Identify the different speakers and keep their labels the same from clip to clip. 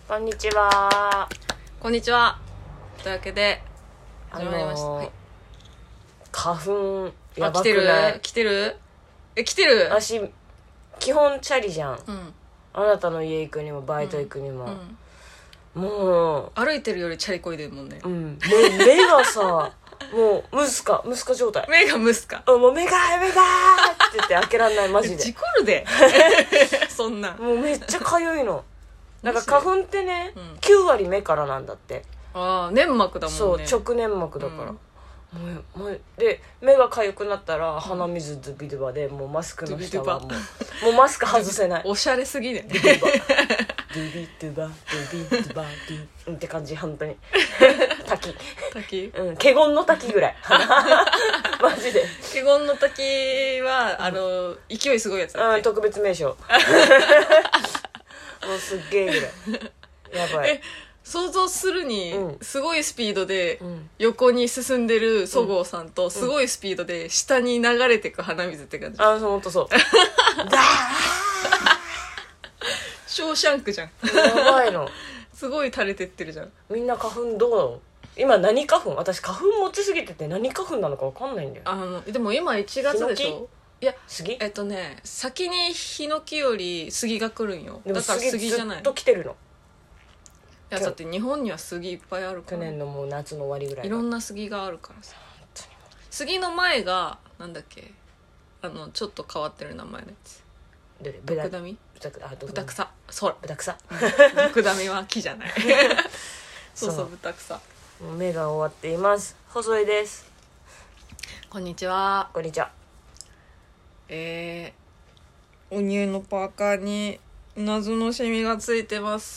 Speaker 1: こんにちは。
Speaker 2: こんにちは。というわけで始まりました。はい、
Speaker 1: 花粉やば
Speaker 2: 来てる
Speaker 1: くない？
Speaker 2: 来てる来てる。
Speaker 1: 私基本チャリじゃん、
Speaker 2: うん、
Speaker 1: あなたの家行くにもバイト行くにも、もう
Speaker 2: 歩いてるよりチャリこいでるもんね。
Speaker 1: 目がさもうムスカ状態。
Speaker 2: 目がムスカ。
Speaker 1: もう目がって言って開けらんないマジで。
Speaker 2: 事故るでそんな
Speaker 1: もうめっちゃかゆいの。なんか花粉ってね、9割目からなんだって。
Speaker 2: ああ、粘膜だもんね。
Speaker 1: そう、直粘膜だから、もうで目がかゆくなったら鼻水ドゥビドゥバで、もうマスクの下はもうマスク外せない。
Speaker 2: おしゃれすぎね。
Speaker 1: ドゥビドゥバドゥビドゥバドゥビドゥバドゥって感じ。本当に滝、華厳の滝ぐらいマジで。
Speaker 2: 華厳の滝は勢いすごいやつだっけ。
Speaker 1: 特別名称もうすっげえぐらいやばい。
Speaker 2: 想像するに、すごいスピードで横に進んでるそごうさんと、すごいスピードで下に流れてく鼻水って感じ。
Speaker 1: ほんとそうダー
Speaker 2: ショーシャンクじゃん。
Speaker 1: やばいの。
Speaker 2: すごい垂れてってるじゃん。
Speaker 1: みんな花粉どうなの？今何花粉？私花粉持ちすぎてて何花粉なのか分かんないんだよ。
Speaker 2: でも今1月でしょ。いや
Speaker 1: 杉？
Speaker 2: 先にヒノキより杉が来るんよ。だから杉じゃない。
Speaker 1: ずっと来てるの。
Speaker 2: いやだって日本には杉いっぱいあるから。
Speaker 1: 去年のもう夏の終わりぐらい。
Speaker 2: いろんな杉があるからさ。杉の前がなんだっけ、ちょっと変わってる名前のやつ。
Speaker 1: どれ？
Speaker 2: ブダミ？ブタクサ。そう。
Speaker 1: ブタクサ。
Speaker 2: ブダミは木じゃない。そうそう、ブタクサ。
Speaker 1: もう目が終わっています。細いです。
Speaker 2: こんにちは。
Speaker 1: こんにちは。
Speaker 2: お乳のパーカーに謎のシミがついてます。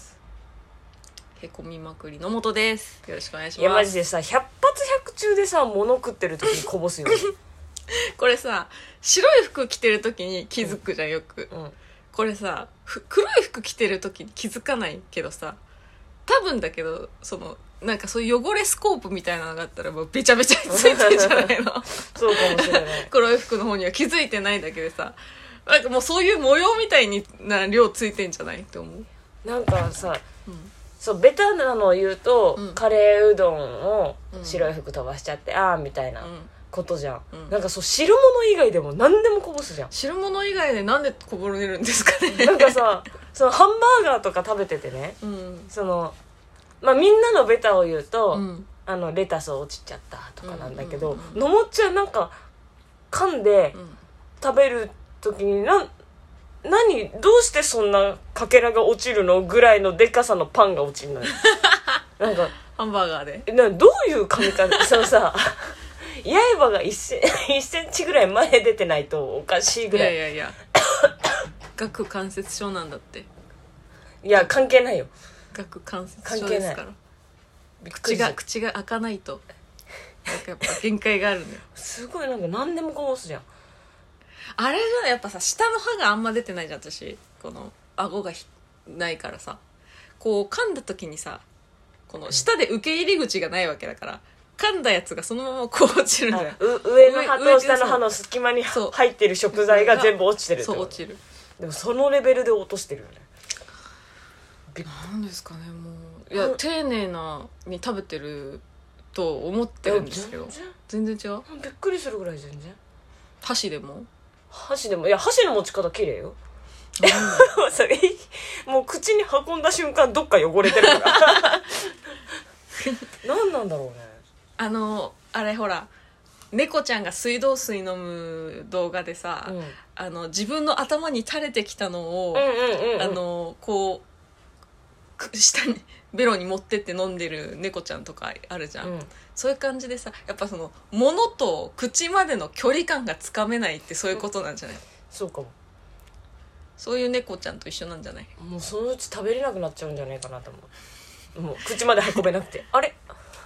Speaker 2: へこみまくりのもとです。よろしくお願いします。
Speaker 1: いやマジでさ、100発100中でさ、物食ってる時にこぼすよね
Speaker 2: これさ、白い服着てる時に気づくじゃん、よく、これさ、黒い服着てる時に気づかないけどさ、多分だけどなんかそういう汚れスコープみたいなのがあったらもうべちゃべちゃについてるんじゃないの
Speaker 1: そうかもしれない。
Speaker 2: 黒い服の方には気づいてないだけでさ、なんかもうそういう模様みたいな量ついてんじゃないって思う。
Speaker 1: なんかさ、そうベタなのを言うと、カレーうどんを白い服飛ばしちゃって、あーみたいなことじゃん、なんかそう汁物以外でも何でもこぼすじゃん。
Speaker 2: 汁物以外でなんでこぼれるんですかね。
Speaker 1: なんかさ、そのハンバーガーとか食べててね、みんなのベタを言うと、レタス落ちちゃったとかなんだけど、のもっちゃんなんか噛んで食べる時にどうしてそんなかけらが落ちるのぐらいのでかさのパンが落ちるのよなんか
Speaker 2: ハンバーガーで
Speaker 1: どういう噛み方そのさ刃が1センチぐらい前出てないとおかしいぐらい。
Speaker 2: いや顎関節症なんだって。
Speaker 1: いや関係ないよ、
Speaker 2: 顎関節症ですから。口が開かないとなんかやっぱ限界があるのよ
Speaker 1: すごいなんか何でもこぼすじゃん。
Speaker 2: あれじゃやっぱさ、下の歯があんま出てないじゃん私。この顎がないからさ、こう噛んだ時にさ、この下で受け入り口がないわけだから、噛んだやつがそのままこう落ちるんだよ。
Speaker 1: 上の歯と下の歯の隙間に入ってる食材が全部落ちてるってこと。
Speaker 2: そう落ちる。
Speaker 1: でもそのレベルで落としてるよね。
Speaker 2: なんですかね、もういや丁寧に食べてると思ってるんですけど、全然違う。
Speaker 1: びっくりするぐらい全然。
Speaker 2: 箸でも
Speaker 1: いや箸の持ち方綺麗よそれもう口に運んだ瞬間どっか汚れてるから何なんだろうね。
Speaker 2: あれほら、猫ちゃんが水道水飲む動画でさ、自分の頭に垂れてきたのを、こう下にベロに持ってって飲んでる猫ちゃんとかあるじゃん、そういう感じでさ、やっぱその物と口までの距離感がつかめないってそういうことなんじゃない？
Speaker 1: そうかも。
Speaker 2: そういう猫ちゃんと一緒なんじゃない？
Speaker 1: もうそのうち食べれなくなっちゃうんじゃないかなと思う。もう口まで運べなくてあれ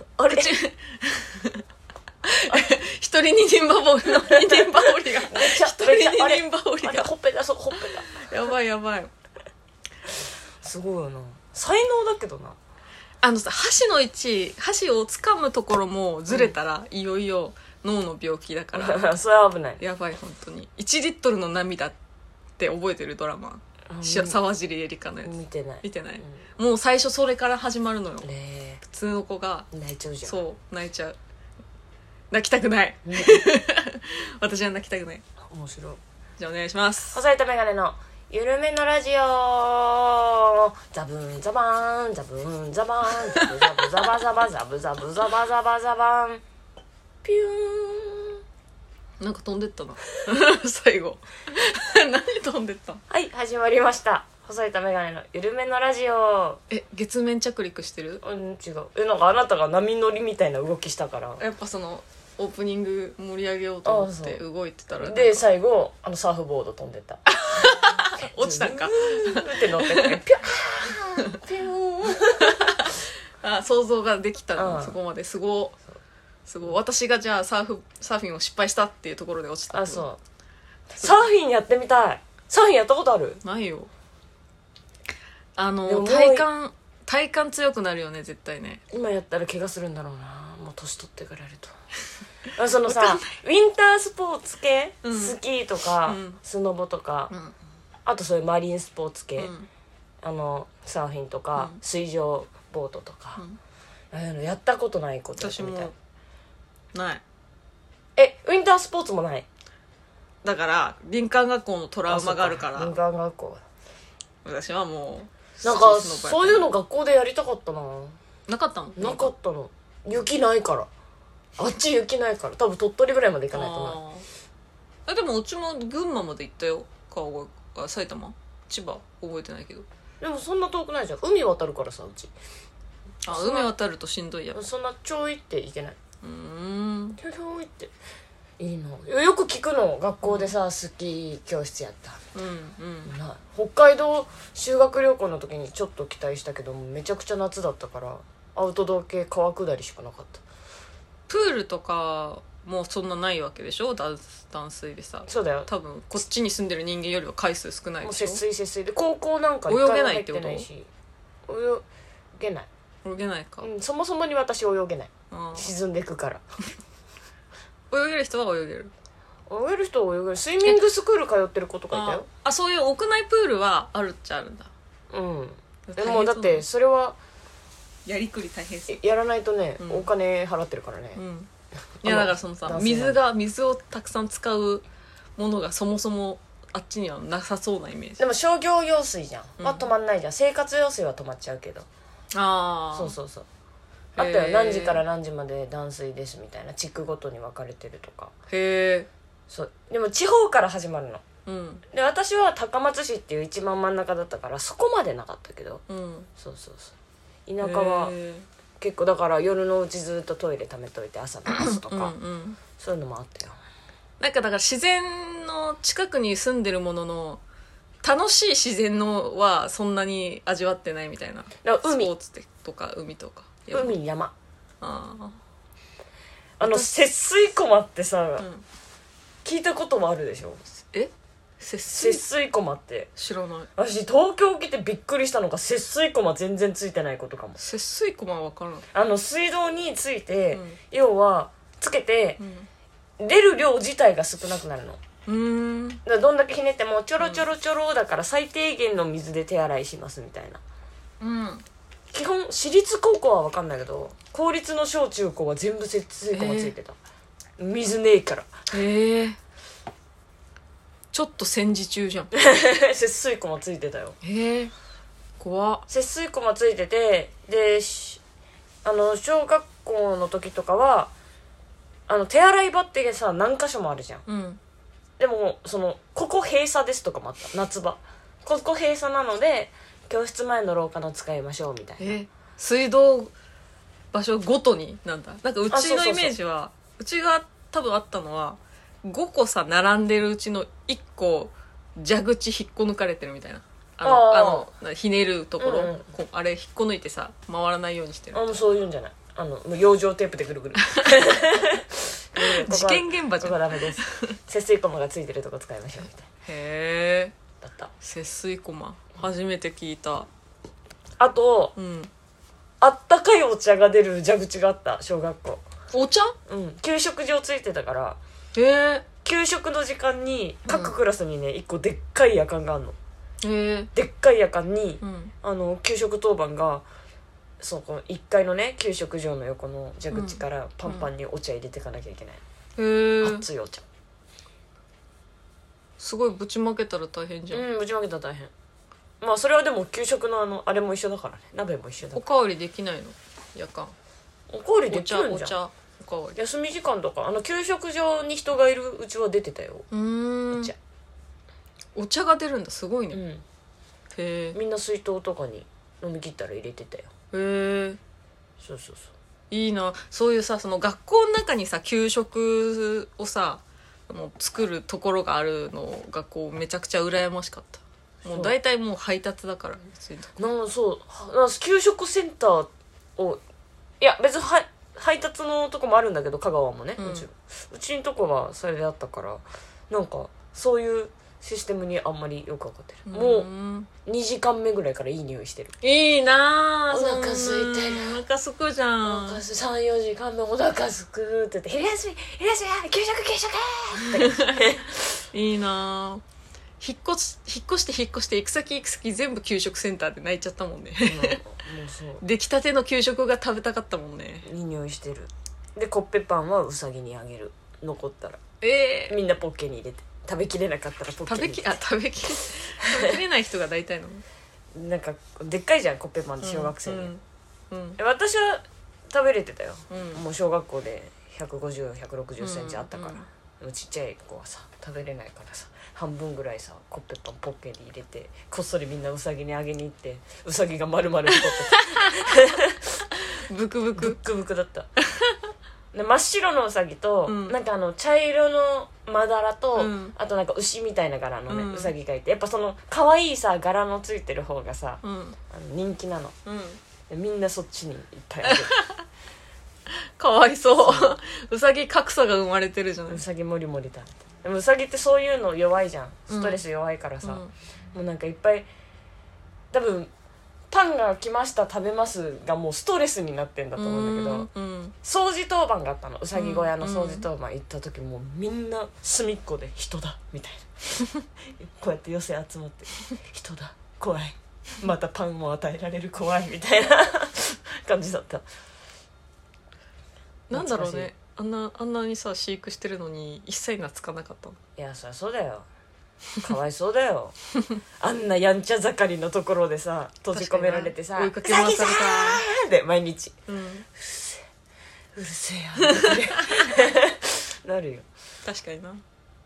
Speaker 2: 一人二人羽織が一人二人羽織が
Speaker 1: ほっぺた
Speaker 2: やばい
Speaker 1: すごいよな。才能だけどな。
Speaker 2: さ、箸を掴むところもずれたら、いよいよ脳の病気だから
Speaker 1: それは危ない。
Speaker 2: やばい、本当に1リットルの涙って覚えてる？ドラマ沢尻エリカのやつ
Speaker 1: 見てない、
Speaker 2: もう最初それから始まるのよ、
Speaker 1: 普
Speaker 2: 通の子が
Speaker 1: 泣いちゃうじゃん。
Speaker 2: そう泣いちゃう。泣きたくない私は泣きたくない。
Speaker 1: 面白い。
Speaker 2: じゃあお願いします。
Speaker 1: 細いとメガネのゆるめのラジオ。ザブンザバンザブンザバンザブザブザバザバザブザブザバザバザバンピューン。
Speaker 2: なんか飛んでったな最後何飛んでった。
Speaker 1: はい、始まりました。細いとメガネのゆるめのラジオ。
Speaker 2: 月面着陸してる？
Speaker 1: 違う。なんかあなたが波乗りみたいな動きしたから、
Speaker 2: やっぱそのオープニング盛り上げようと思って動いてたら、
Speaker 1: で最後サーフボード飛んでた
Speaker 2: 落ちたんか
Speaker 1: って乗ってピューピュー
Speaker 2: 想像ができたの、そこまですごい私がじゃあサーフィンを失敗したっていうところで落ちた。
Speaker 1: そうサーフィンやってみたい。サーフィンやったことある？
Speaker 2: ないよ。体幹強くなるよね絶対ね。
Speaker 1: 今やったら怪我するんだろうな、もう年取ってくれるとそのさウィンタースポーツ系、スキーとか、スノボとか、あとそういうマリンスポーツ系、サーフィンとか、水上ボートとか、やったことないことやってみたい。
Speaker 2: 私もない。
Speaker 1: ウィンタースポーツもない？
Speaker 2: だから林間学校のトラウマがあるから。
Speaker 1: 林間学校
Speaker 2: 私はもう
Speaker 1: なんかそういうの学校でやりたかったな。
Speaker 2: なかったの？
Speaker 1: なかったの。雪ないから。あっち雪ないから。多分鳥取ぐらいまで行かないと思う。
Speaker 2: でもうちも群馬まで行ったよ。埼玉千葉覚えてないけど。
Speaker 1: でもそんな遠くないじゃん。海渡るからさ、うち。
Speaker 2: 海渡るとしんどいや。
Speaker 1: そんなちょいって行けない。ちょいっていいのよく聞くの。学校でさ、スキー教室やった。北海道修学旅行の時にちょっと期待したけどめちゃくちゃ夏だったからアウトドア系川下りしかなかった。
Speaker 2: プールとかもうそんなないわけでしょ？断水でさ。
Speaker 1: そうだよ。
Speaker 2: 多分こっちに住んでる人間よりは回数少ないでしょ。
Speaker 1: もう節水で高校なんか
Speaker 2: 泳げないってこと？
Speaker 1: 泳げない。
Speaker 2: 泳げないか、
Speaker 1: そもそもに私泳げない。沈んでいくから
Speaker 2: 泳げる人は泳げる。
Speaker 1: 泳げる人は泳げる。スイミングスクール通ってる子とかいたよ。
Speaker 2: そういう屋内プールはあるっちゃあるんだ。
Speaker 1: でもだってそれは
Speaker 2: やりくり大変そう。
Speaker 1: やらないとね、お金払ってるからね。
Speaker 2: いやだからそのさ、水をたくさん使うものがそもそもあっちにはなさそうなイメージ。
Speaker 1: でも商業用水じゃん、止まんないじゃん。生活用水は止まっちゃうけど。そうあったよ。何時から何時まで断水ですみたいな、地区ごとに分かれてるとか。そうでも地方から始まるの。で私は高松市っていう一番真ん中だったからそこまでなかったけど、そう田舎は結構だから夜のうちずっとトイレ溜めといて朝流すとかそういうのもあったよ。
Speaker 2: なんかだから自然の近くに住んでるものの楽しい自然のはそんなに味わってないみたいな。
Speaker 1: 海
Speaker 2: スポーツとか海とか
Speaker 1: 海山節水駒ってさ、聞いたこともあるでしょ？節水駒って
Speaker 2: 知らない。
Speaker 1: 私東京来てびっくりしたのが節水駒全然ついてないことかも。
Speaker 2: 節水駒は分からない。
Speaker 1: 水道について、要はつけて、出る量自体が少なくなるの。だからどんだけひねってもちょろちょろちょろだから最低限の水で手洗いしますみたいな。基本私立高校は分かんないけど公立の小中高は全部節水駒ついてた。水ねえから
Speaker 2: ちょっと戦時中じゃん
Speaker 1: 節水駒ついてたよ。
Speaker 2: 怖っ。
Speaker 1: 節水駒ついてて、で小学校の時とかは手洗い場ってさ何箇所もあるじゃん、でもここ閉鎖ですとかもあった。夏場ここ閉鎖なので教室前の廊下の使いましょうみたいな。
Speaker 2: 水道場所ごとになんだ。なんかうちのイメージはうちが多分あったのは5個さ並んでるうちの1個蛇口引っこ抜かれてるみたいな。ひねるところ、あれ引っこ抜いてさ回らないようにしてる。
Speaker 1: そういうんじゃない。養生テープでぐるぐる
Speaker 2: 事件現場じゃん。
Speaker 1: ここはダメです。節水駒がついてるとこ使いましょうみたいな。だった。
Speaker 2: 節水駒初めて聞いた。
Speaker 1: あと、あったかいお茶が出る蛇口があった小学校。
Speaker 2: お茶？
Speaker 1: 給食場ついてたから。給食の時間に各クラスにね1個でっかいやかんがあるの。
Speaker 2: で
Speaker 1: っかいやかんに、
Speaker 2: うん、
Speaker 1: 給食当番がそうこの1階のね給食場の横の蛇口からパンパンにお茶入れていかなきゃいけない、熱いお茶。
Speaker 2: すごいぶちまけたら大変じゃん。
Speaker 1: ぶちまけたら大変。まあそれはでも給食のあれも一緒だからね、鍋も一緒だから。
Speaker 2: おかわりできないの？夜間
Speaker 1: おかわりできるんじゃん。
Speaker 2: お茶おかわり
Speaker 1: 休み時間とか給食場に人がいるうちは出てたよ。
Speaker 2: お茶が出るんだ、すごいね。へ
Speaker 1: え。みんな水筒とかに飲み切ったら入れてたよ。
Speaker 2: へえ。
Speaker 1: そうそうそう。
Speaker 2: いいな。そういうさ、その学校の中にさ給食をさ作るところがあるのがこうめちゃくちゃ羨ましかった。もう大体もう配達だから
Speaker 1: そう給食センターを、いや別に配達のとこもあるんだけど、香川もね、もちろんうちのとこはそれであったから、なんかそういうシステムにあんまりよく分かってる。もう2時間目ぐらいからいい匂いしてる。
Speaker 2: いいな。
Speaker 1: お腹空いてる。
Speaker 2: お腹すくじゃん。
Speaker 1: 3、4時間目お腹すくって言って、昼休み給食って
Speaker 2: いいな。引っ越して行く先全部給食センターで泣いちゃったもんね。もうそう出来たての給食が食べたかったもんね。
Speaker 1: いい匂いしてる。でコッペパンはうさぎにあげる、残ったらみんなポッケに入れて、食べきれなかったらポッケに入れて。食べきれない人が大体のなんかでっかいじゃんコッペパンって小学生で、私は食べれてたよ、もう小学校で150、160センチあったから、ちっちゃい子はさ食べれないからさ、半分ぐらいさコッペパンポッケに入れてこっそりみんなウサギにあげに行って、ウサギが丸々太ってた。
Speaker 2: ブクブク
Speaker 1: ブックブクだったで真っ白のウサギと、なんか茶色のまだらと、あとなんか牛みたいな柄のね、ウサギがいて、やっぱその可愛いさ柄のついてる方がさ、人気なの、みんなそっちにいっぱいあげる。
Speaker 2: かわいそう。ウサギ格差が生まれてるじゃない。
Speaker 1: ウサギもりもり食べて、でもウサギってそういうの弱いじゃん、ストレス弱いからさ、もうなんかいっぱい多分パンが来ました食べますがもうストレスになってんだと思うんだけど、掃除当番があったの、うさぎ小屋の掃除当番行った時、もうみんな隅っこで人だみたいなこうやって寄せ集まって人だ怖い、またパンも与えられる怖いみたいな感じだった。
Speaker 2: なんだろうね、あんなにさ飼育してるのに一切懐かなかったの。
Speaker 1: いやそりゃそうだよ、かわいそうだよあんなやんちゃ盛りのところでさ閉じ込められてさ、
Speaker 2: 追いかけ回された
Speaker 1: で毎日、うるせえやなるよ。
Speaker 2: 確かにな。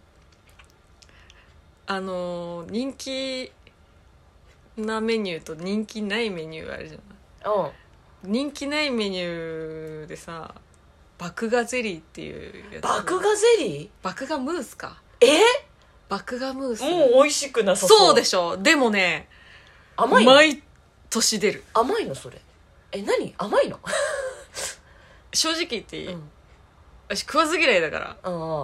Speaker 2: 人気なメニューと人気ないメニューあるじゃない。人気ないメニューでさ、麦芽ゼリーっていうやつ。
Speaker 1: 麦芽ゼリー？
Speaker 2: 麦芽ムースか。麦芽ムース。
Speaker 1: もう美味しくなさそう。
Speaker 2: そうでしょ。でもね、
Speaker 1: 甘いの？
Speaker 2: 毎年出る。
Speaker 1: 甘いのそれ？何？甘いの？
Speaker 2: 正直言っていい？私食わず嫌いだから。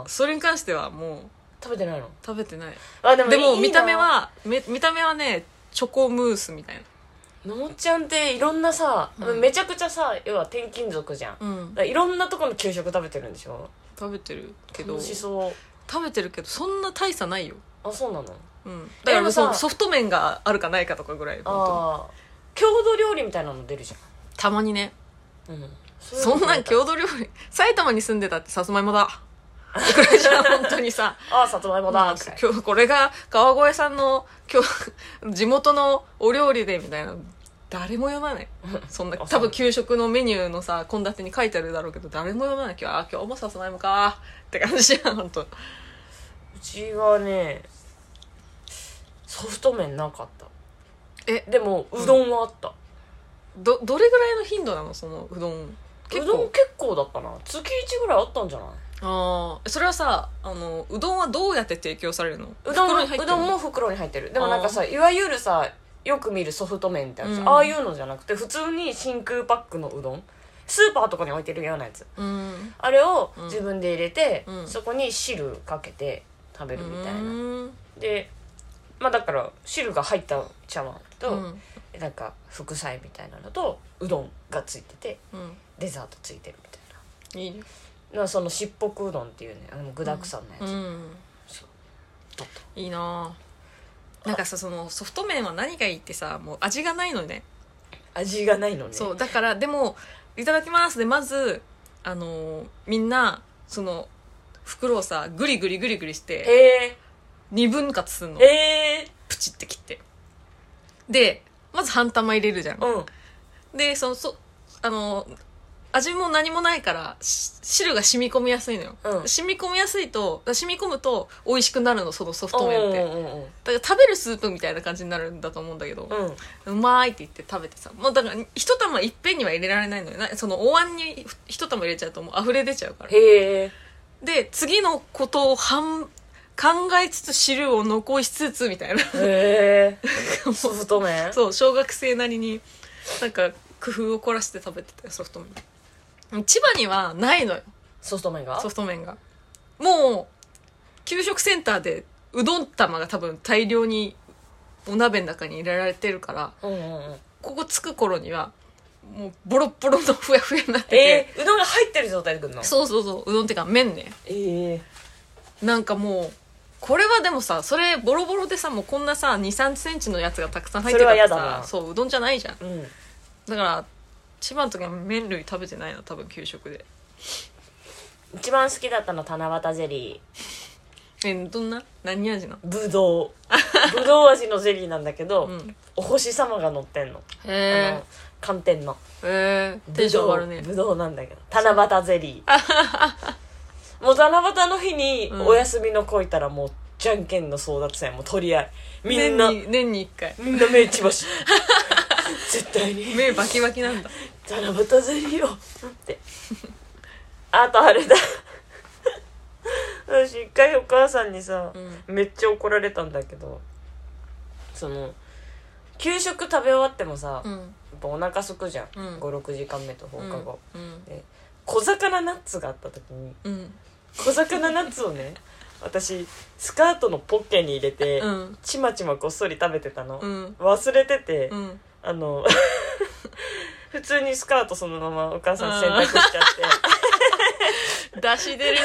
Speaker 2: それに関してはもう
Speaker 1: 食べてないの？
Speaker 2: 食べてない。
Speaker 1: で
Speaker 2: も見た目はね、チョコムースみたいな。
Speaker 1: のもちゃんっていろんなさ、めちゃくちゃさ、要は転勤族じゃん、いろんなところの給食食べてるんでしょ？
Speaker 2: 食べてるけど、
Speaker 1: 楽しそう。
Speaker 2: 食べてるけどそんな大差ないよ。
Speaker 1: そうなの？
Speaker 2: だからソフト麺があるかないかとかぐらい。
Speaker 1: 郷土料理みたいなの出るじゃん
Speaker 2: たまにね。そんなん郷土料理、埼玉に住んでたってさつまいもだこれじゃ本当にさ
Speaker 1: さつまいもだ、
Speaker 2: 今日これが川越さんの地元のお料理でみたいな、誰も読まないそんな多分給食のメニューのさ献立に書いてあるだろうけど、誰も読まない。今日もさつまいもかって感じじゃん本当。う
Speaker 1: ちはねソフト麺なかった。でもうどんはあった。
Speaker 2: どれぐらいの頻度なのそのうどん？
Speaker 1: うどん結構だったな。月1ぐらいあったんじゃない？
Speaker 2: それはさうどんはどうやって提供されるの？
Speaker 1: うどんも袋に入ってる。でもなんかさ、いわゆるさよく見るソフト麺ってあるじゃん、ああいうのじゃなくて普通に真空パックのうどん、スーパーとかに置いてるようなやつ、あれを自分で入れて、そこに汁かけて食べるみたいな、でだから汁が入った茶碗と、なんか副菜みたいなのとうどんがついてて、デザートついてるみたいな。いいね。そのしっぽくうどんっていうね、具だくさんのやつ、そうだった。
Speaker 2: いいな。 なんかさ、そのソフト麺は何がいいってさ、もう味がないのね。
Speaker 1: 味がないのね。
Speaker 2: そうだから、でもいただきますでまずみんなその袋をさグリグリグリグリして二分割すんの。プチって切って、でまず半玉入れるじゃん、で味も何もないから汁が染み込みやすいのよ、染み込みやすいと染み込むと美味しくなるの、そのソフト麺って、だから食べるスープみたいな感じになるんだと思うんだけど、うまいって言って食べてさ、もうだから一玉いっぺんには入れられないのよ。そのお椀に一玉入れちゃうともう溢れ出ちゃうから。で次のことを考えつつ汁を残しつつみたいな
Speaker 1: ソフト麺
Speaker 2: そう、小学生なりになんか工夫を凝らして食べてたよ、ソフト麺。千葉にはないのよ、
Speaker 1: ソフト麺が。
Speaker 2: もう給食センターでうどん玉が多分大量にお鍋の中に入れられてるから、ここ着く頃にはもうボロッボロのふやふやになってて、
Speaker 1: うどんが入ってる状態でくるの。
Speaker 2: そうそうそう、うどんってか麺ね。なんかもうこれはでもさ、それボロボロでさ、もうこんなさ 2,3 センチのやつがたくさん入ってたらさ、そう、うどんじゃないじゃん、だから千葉の時は麺類食べてないな、多分給食で。
Speaker 1: 一番好きだったの七夕ゼリ
Speaker 2: ー。どんな何味の？
Speaker 1: ぶどう味のゼリーなんだけど、お星様が乗ってんの。寒天の
Speaker 2: テンション上がるね。
Speaker 1: ぶどうなんだけど七夕ゼリーもう七夕の日にお休みの子いたらもうじゃんけんの争奪戦も取り合い、みんな
Speaker 2: 年に1回
Speaker 1: みんな目ちばし絶対に
Speaker 2: 目バキバキなんだ。
Speaker 1: 七夕ゼリーよってあとあれだ私一回お母さんにさ、めっちゃ怒られたんだけど、その給食食べ終わってもさ、やっぱお腹すくじゃん、5,6 時間目と放課後、で小魚ナッツがあった時に、小魚ナッツをね私スカートのポッケに入れて、ちまちまこっそり食べてたの、忘れてて、普通にスカートそのままお母さん洗濯しちゃって
Speaker 2: 出汁出るな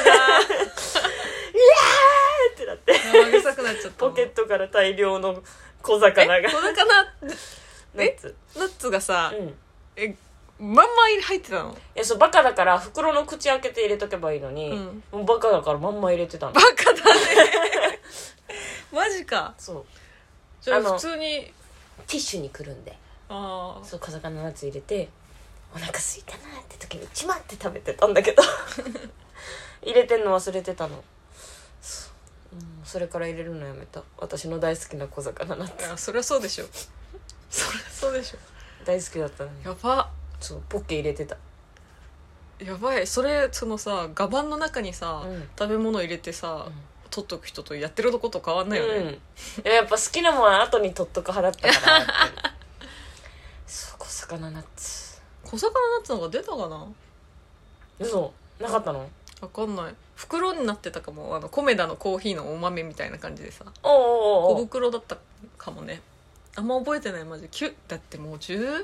Speaker 1: ってなって
Speaker 2: 生臭くなっちゃった。
Speaker 1: ポケットから大量の小魚が
Speaker 2: 小魚ナッツがさ、まんま入ってたの？
Speaker 1: そうバカだから袋の口開けて入れとけばいいのに、もうバカだからまんま入れてたの。
Speaker 2: バカだねマジか。
Speaker 1: そう
Speaker 2: じゃあ普通に
Speaker 1: ティッシュにくるんで、そう小魚ナッツ入れてお腹すいたなって時にちまって食べてたんだけど入れてんの忘れてたの。それから入れるのやめた。私の大好きな小魚ナッツ。
Speaker 2: いやそりゃそうでしょそりゃそうでしょ。
Speaker 1: 大好きだったのに。
Speaker 2: やば。
Speaker 1: そうポッケ入れてた。
Speaker 2: やばい。それそのさガバンの中にさ、食べ物入れてさ、取っとく人とやってるとこと変わんないよね、
Speaker 1: やっぱ好きなもんは後に取っとく派だったからそう小魚ナッツ。
Speaker 2: 小魚ナッツなんか出たかな。
Speaker 1: 嘘なかったの？
Speaker 2: 分かんない。袋になってたかも。コメダのコーヒーのお豆みたいな感じでさ、小袋だったかもね。あんま覚えてないマジ。だってもう10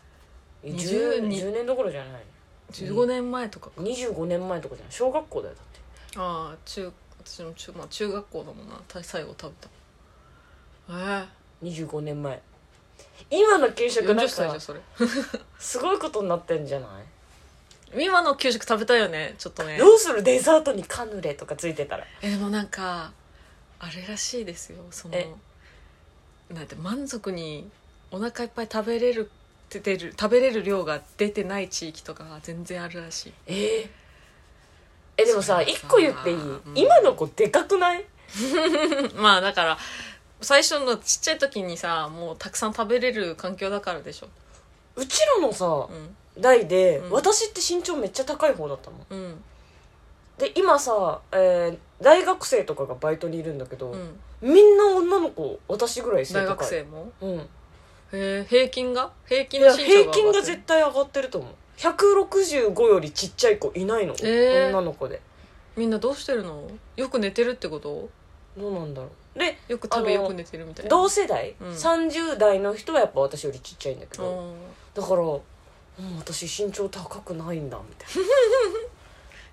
Speaker 1: 年どころじゃない。
Speaker 2: 15年前とかか。
Speaker 1: 25年前とかじゃない。小学校だよだって。
Speaker 2: 私の中学校だもんな最後食べた。
Speaker 1: 25年前。今の給食なんか
Speaker 2: 40歳じゃそれ
Speaker 1: すごいことになってんじゃない？
Speaker 2: 今の給食食べたいよね。ちょっとね。
Speaker 1: どうする？デザートにカヌレとかついてたら。
Speaker 2: でもなんかあれらしいですよ。なんて満足にお腹いっぱい食べれる量が出てない地域とかが全然あるらしい。
Speaker 1: でもさ1個言っていい？今の子でかくない？
Speaker 2: まあだから最初のちっちゃい時にさもうたくさん食べれる環境だからでしょ。
Speaker 1: うちらのさ、代で、私って身長めっちゃ高い方だったの、で今さ、大学生とかがバイトにいるんだけど、みんな女の子私ぐらい背高い。
Speaker 2: 大学生も？平均の身長が
Speaker 1: 平均が絶対上がってると思う。165よりちっちゃい子いないの、女の子で。み
Speaker 2: んなどうしてるの？よく寝てるってこと？
Speaker 1: どうなんだろう。で
Speaker 2: よく食べよく寝てるみたいな。
Speaker 1: 同世代、30代の人はやっぱ私よりちっちゃいんだけど、だから、私身長高くないんだみたいな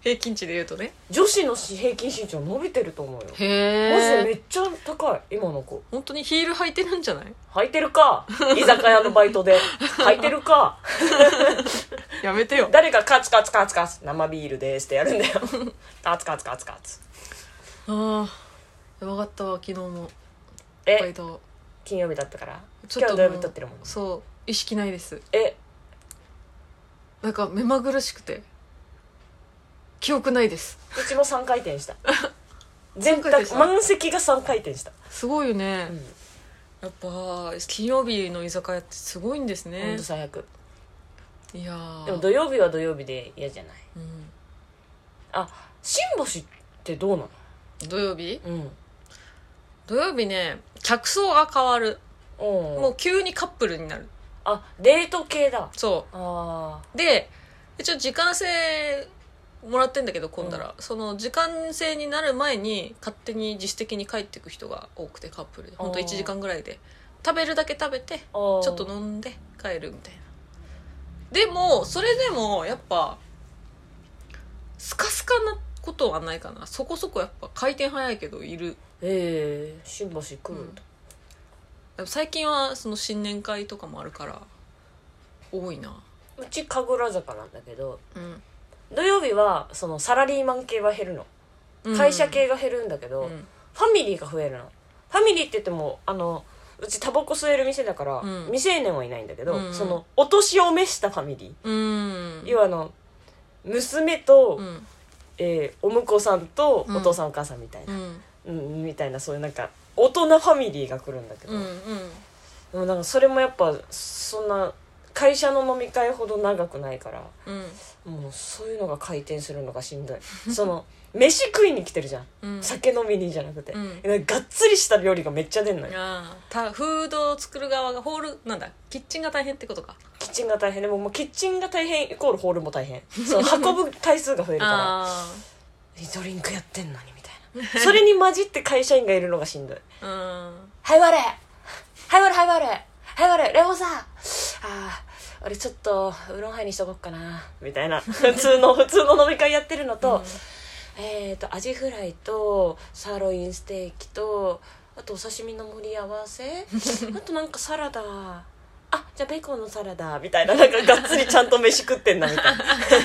Speaker 2: 平均値で言うとね。
Speaker 1: 女子の平均身長伸びてると思うよ。
Speaker 2: へ
Speaker 1: マジで
Speaker 2: え。
Speaker 1: めっちゃ高い今の子。
Speaker 2: 本当にヒール履いてるんじゃない？
Speaker 1: 履いてるか居酒屋のバイトで履いてるか
Speaker 2: やめてよ。
Speaker 1: 誰がカツカツカツカツ生ビールですってやるんだよカツカツカツカツ。
Speaker 2: ああ、やばかったわ昨日も
Speaker 1: え
Speaker 2: バイト。
Speaker 1: 金曜日だったから
Speaker 2: ちょっと
Speaker 1: 今日土曜日撮ってるもんね。
Speaker 2: そう意識ないです。
Speaker 1: え
Speaker 2: なんか目まぐるしくて記憶ないです。
Speaker 1: うちも3回転した全
Speaker 2: 3回転した
Speaker 1: 満席が3回転した。
Speaker 2: すごいよね、
Speaker 1: うん、
Speaker 2: やっぱ金曜日の居酒屋ってすごいんです
Speaker 1: ほん
Speaker 2: ね
Speaker 1: と。最悪。
Speaker 2: いやー
Speaker 1: でも土曜日は土曜日で嫌じゃない。
Speaker 2: うん、
Speaker 1: あ、新星ってどうなの？
Speaker 2: 土曜日
Speaker 1: うん
Speaker 2: 土曜日ね、客層が変わる。もう急にカップルになる。
Speaker 1: あ、デート系だ。
Speaker 2: そ
Speaker 1: あ
Speaker 2: うで、一応時間制もらってんだけど混んだら、その時間制になる前に勝手に自主的に帰っていく人が多くて、カップルでほんと1時間ぐらいで食べるだけ食べてちょっと飲んで帰るみたいな。でもそれでもやっぱスカスカなことはないかな。そこそこやっぱ回転早いけどいる。
Speaker 1: 新星来るんだ。
Speaker 2: 最近はその新年会とかもあるから多いな。
Speaker 1: うち神楽坂なんだけど、
Speaker 2: うん、
Speaker 1: 土曜日はそのサラリーマン系は減るの、会社系が減るんだけど、ファミリーが増えるの。ファミリーって言ってもうちタバコ吸える店だから、未成年はいないんだけど、そのお年を召したファミリー、要は娘と、お婿さんとお父さんお母さんみたいな、みたいな、そういうなんか大人ファミリーが来るんだけど、でもなんかそれもやっぱそんな会社の飲み会ほど長くないから、もうそういうのが回転するのがしんどいその飯食いに来てるじゃん、酒飲みにじゃなくて、がっつりした料理がめっちゃ出んのよ。
Speaker 2: フードを作る側がホールなんだ、キッチンが大変ってことか。
Speaker 1: キッチンが大変でもキッチンが大変イコールホールも大変その運ぶ回数が増えるからドリンクやってんのにみたいなそれに混じって会社員がいるのがしんどい。はい我はい我はい我はい我レモンさん俺ちょっとウーロンハイにしとこっかなみたいな普通の飲み会やってるのと、アジフライとサーロインステーキとあとお刺身の盛り合わせあとなんかサラダじゃあベーコンのサラダみたいな、なんかがっつりちゃんと飯食ってんなみたいな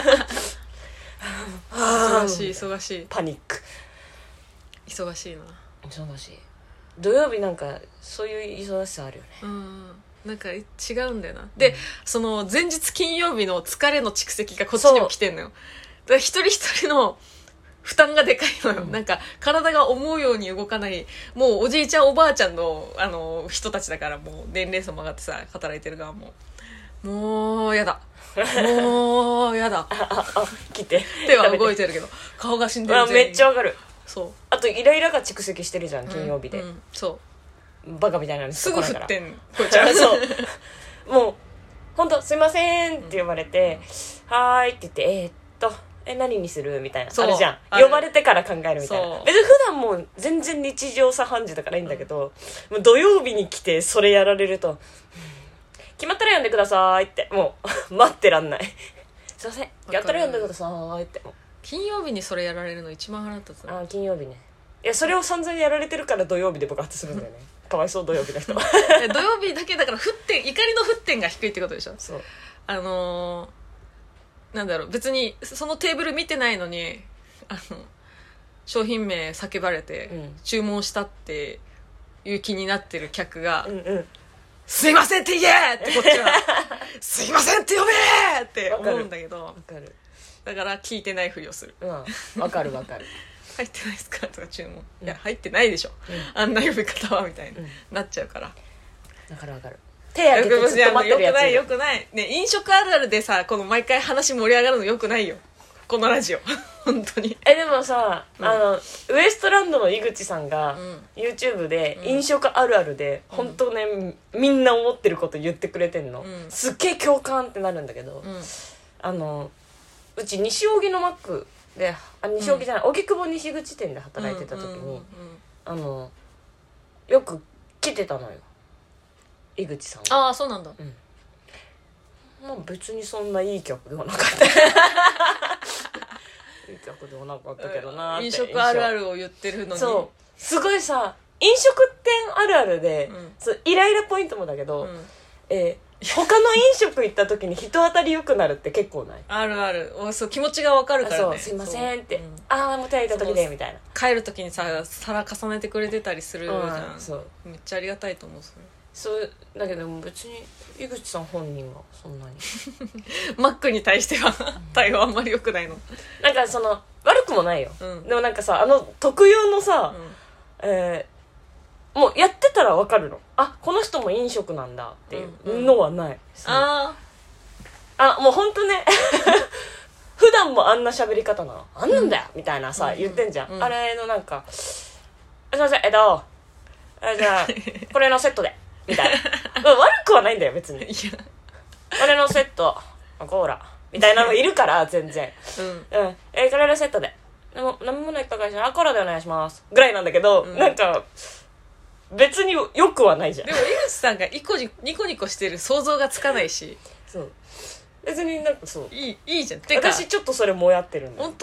Speaker 2: 忙しい忙しい
Speaker 1: パニック
Speaker 2: 忙しいな。
Speaker 1: 忙しい。土曜日なんかそういう忙しさあるよね。
Speaker 2: なんか違うんだよな。で、その前日金曜日の疲れの蓄積がこっちにも来てんのよ。だから一人一人の負担がでかいのよ、なんか体が思うように動かない、もうおじいちゃんおばあちゃんの人たちだから、もう年齢層も上がってさ、働いてる側もうやだもうやだ
Speaker 1: 来て
Speaker 2: 手は動いてるけど顔が死んでる。
Speaker 1: めっちゃわかる。
Speaker 2: そう、
Speaker 1: あとイライラが蓄積してるじゃん金曜日で、
Speaker 2: そう
Speaker 1: バカみたいなの
Speaker 2: すぐ振ってんこいちゃん
Speaker 1: そうもう本当すいませんって呼ばれて、はーいって言って何にするみたいなあるじゃん。呼ばれてから考えるみたいな。別に普段もう全然日常茶飯事だからいいんだけど、もう土曜日に来てそれやられると、決まったら呼んでくださいってもう待ってらんない。すいませんやったら呼んでくださいって。
Speaker 2: 金曜日にそれやられるの一番腹立つな。
Speaker 1: 金曜日ね。いやそれを散々やられてるから土曜日で爆発するんだよねかわいそう土曜日の人土
Speaker 2: 曜日だけだから怒りの沸点が低いってことでしょ。
Speaker 1: そう
Speaker 2: なんだろう、別にそのテーブル見てないのに商品名叫ばれて、注文したっていう気になってる客が、すいませんって言えってこっちはすいませんって呼べって思うんだけど、だから聞いてないふりをする。
Speaker 1: わかる
Speaker 2: 入ってないですかとか注文、いや入ってないでしょ、あんな呼び方はみたいになっちゃうから。
Speaker 1: わかる手挙げてずっと待ってるやつ
Speaker 2: よくないね。飲食あるあるでさ、この毎回話盛り上がるのよくないよこのラジオ本当に。
Speaker 1: でもさ、ウエストランドの井口さんが、YouTube で飲食あるあるで、本当ねみんな思ってること言ってくれてんの、すっげえ共感ってなるんだけど、うち西荻のマックで西荻じゃない、荻窪西口店で働いてた時に、よく来てたのよ井口さんが。
Speaker 2: あ、そうなんだ。
Speaker 1: まあ別にそんないい客ではなかった客ではなかったけどなって
Speaker 2: 飲食あるあるを言ってるのに
Speaker 1: そうすごいさ飲食店あるあるで、そうイライラポイントもだけど、他の飲食行った時に人当たり良くなるって結構ない？
Speaker 2: あるある。そう気持ちが分かるからね。
Speaker 1: そうすいませんって、ああもう手空いた時でみたいな。
Speaker 2: 帰る時にさ皿重ねてくれてたりするじゃん。
Speaker 1: そう
Speaker 2: めっちゃありがたいと思うそれ。
Speaker 1: そうだけど別に井口さん本人はそんなに
Speaker 2: マックに対しては対応あんまり良くないの。
Speaker 1: なんかその悪くもないよ、でもなんかさ特有のさ、もうやってたら分かるの。あこの人も飲食なんだっていうのはない、もうほんとね普段もあんな喋り方なのあんなんだよ、みたいなさ、言ってんじゃん、あれのなんかすいませんじゃあこれのセットでみたいな悪くはないんだよ別に。これのセットコーラみたいなのいるから全然これのセットででも飲み物いっぱい返してコーラでお願いしますぐらいなんだけど、なんか別によくはないじゃん。
Speaker 2: でも井口さんがニコニコしてる想像がつかないし
Speaker 1: そう別になんかそう
Speaker 2: いいじゃん。てか
Speaker 1: 私ちょっとそれもやってるんだよ
Speaker 2: 本当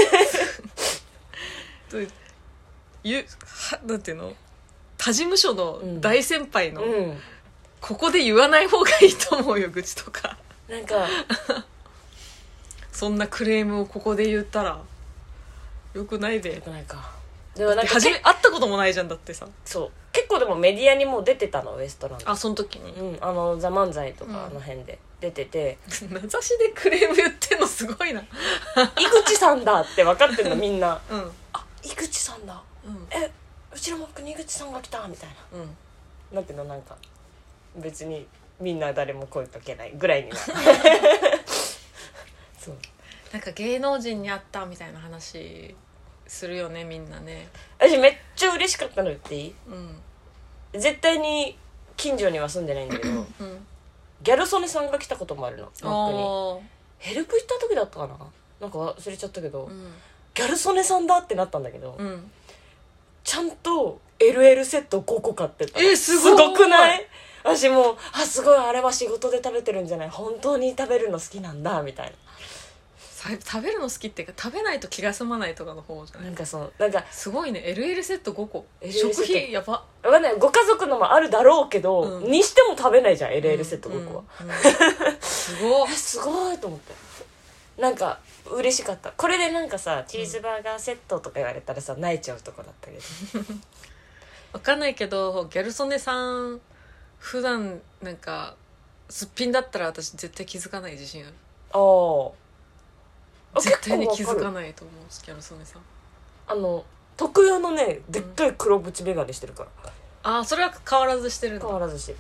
Speaker 2: なんていうの他事務所の大先輩の、ここで言わない方がいいと思うよ愚痴とか
Speaker 1: なんか
Speaker 2: そんなクレームをここで言ったらよくないで。
Speaker 1: よくないか。でもなんか
Speaker 2: 会ったこともないじゃんだってさ。
Speaker 1: そう結構でもメディアにもう出てたのウエストランド。
Speaker 2: その時に
Speaker 1: ザ・漫才とかあの辺で出てて、
Speaker 2: 名指しでクレーム言ってんのすごいな。
Speaker 1: 井口さんだって分かってるのみんな、井口さんだ、うちのマックに井口さんが来たみたいな、なんていうのなんか別にみんな誰も声かけないぐらいになるそう
Speaker 2: なんか芸能人に会ったみたいな話するよねみんなね。
Speaker 1: 私めっちゃ嬉しかったの言っていい？絶対に近所には住んでないんだけど、ギャル曽根さんが来たこともあるのマックに。ヘルプ行った時だったかななんか忘れちゃったけど、ギャル曽根さんだってなったんだけど、ちゃんと LL セット5個買ってた。すごくない？私もうすごいあれは仕事で食べてるんじゃない本当に食べるの好きなんだみたいな。
Speaker 2: 食べるの好きっていうか食べないと気が済まないとかの方じゃない？
Speaker 1: なんかそうなんか
Speaker 2: すごいね LL セット5個食費やば。
Speaker 1: 分かんないご家族のもあるだろうけど、にしても食べないじゃん LL セット5個は、
Speaker 2: すごい
Speaker 1: すごいと思ってなんか嬉しかった。これでなんかさチーズバーガーセットとか言われたらさ泣いちゃうとこだったけど
Speaker 2: 分かんないけどギャル曽根さん普段なんかすっぴんだったら私絶対気づかない自信ある。絶対に気づかないと思うギャル曽根さん。
Speaker 1: 特有のねでっかい黒縁眼鏡してるから、
Speaker 2: それは変わらずしてるんだ。
Speaker 1: 変わらずしてる。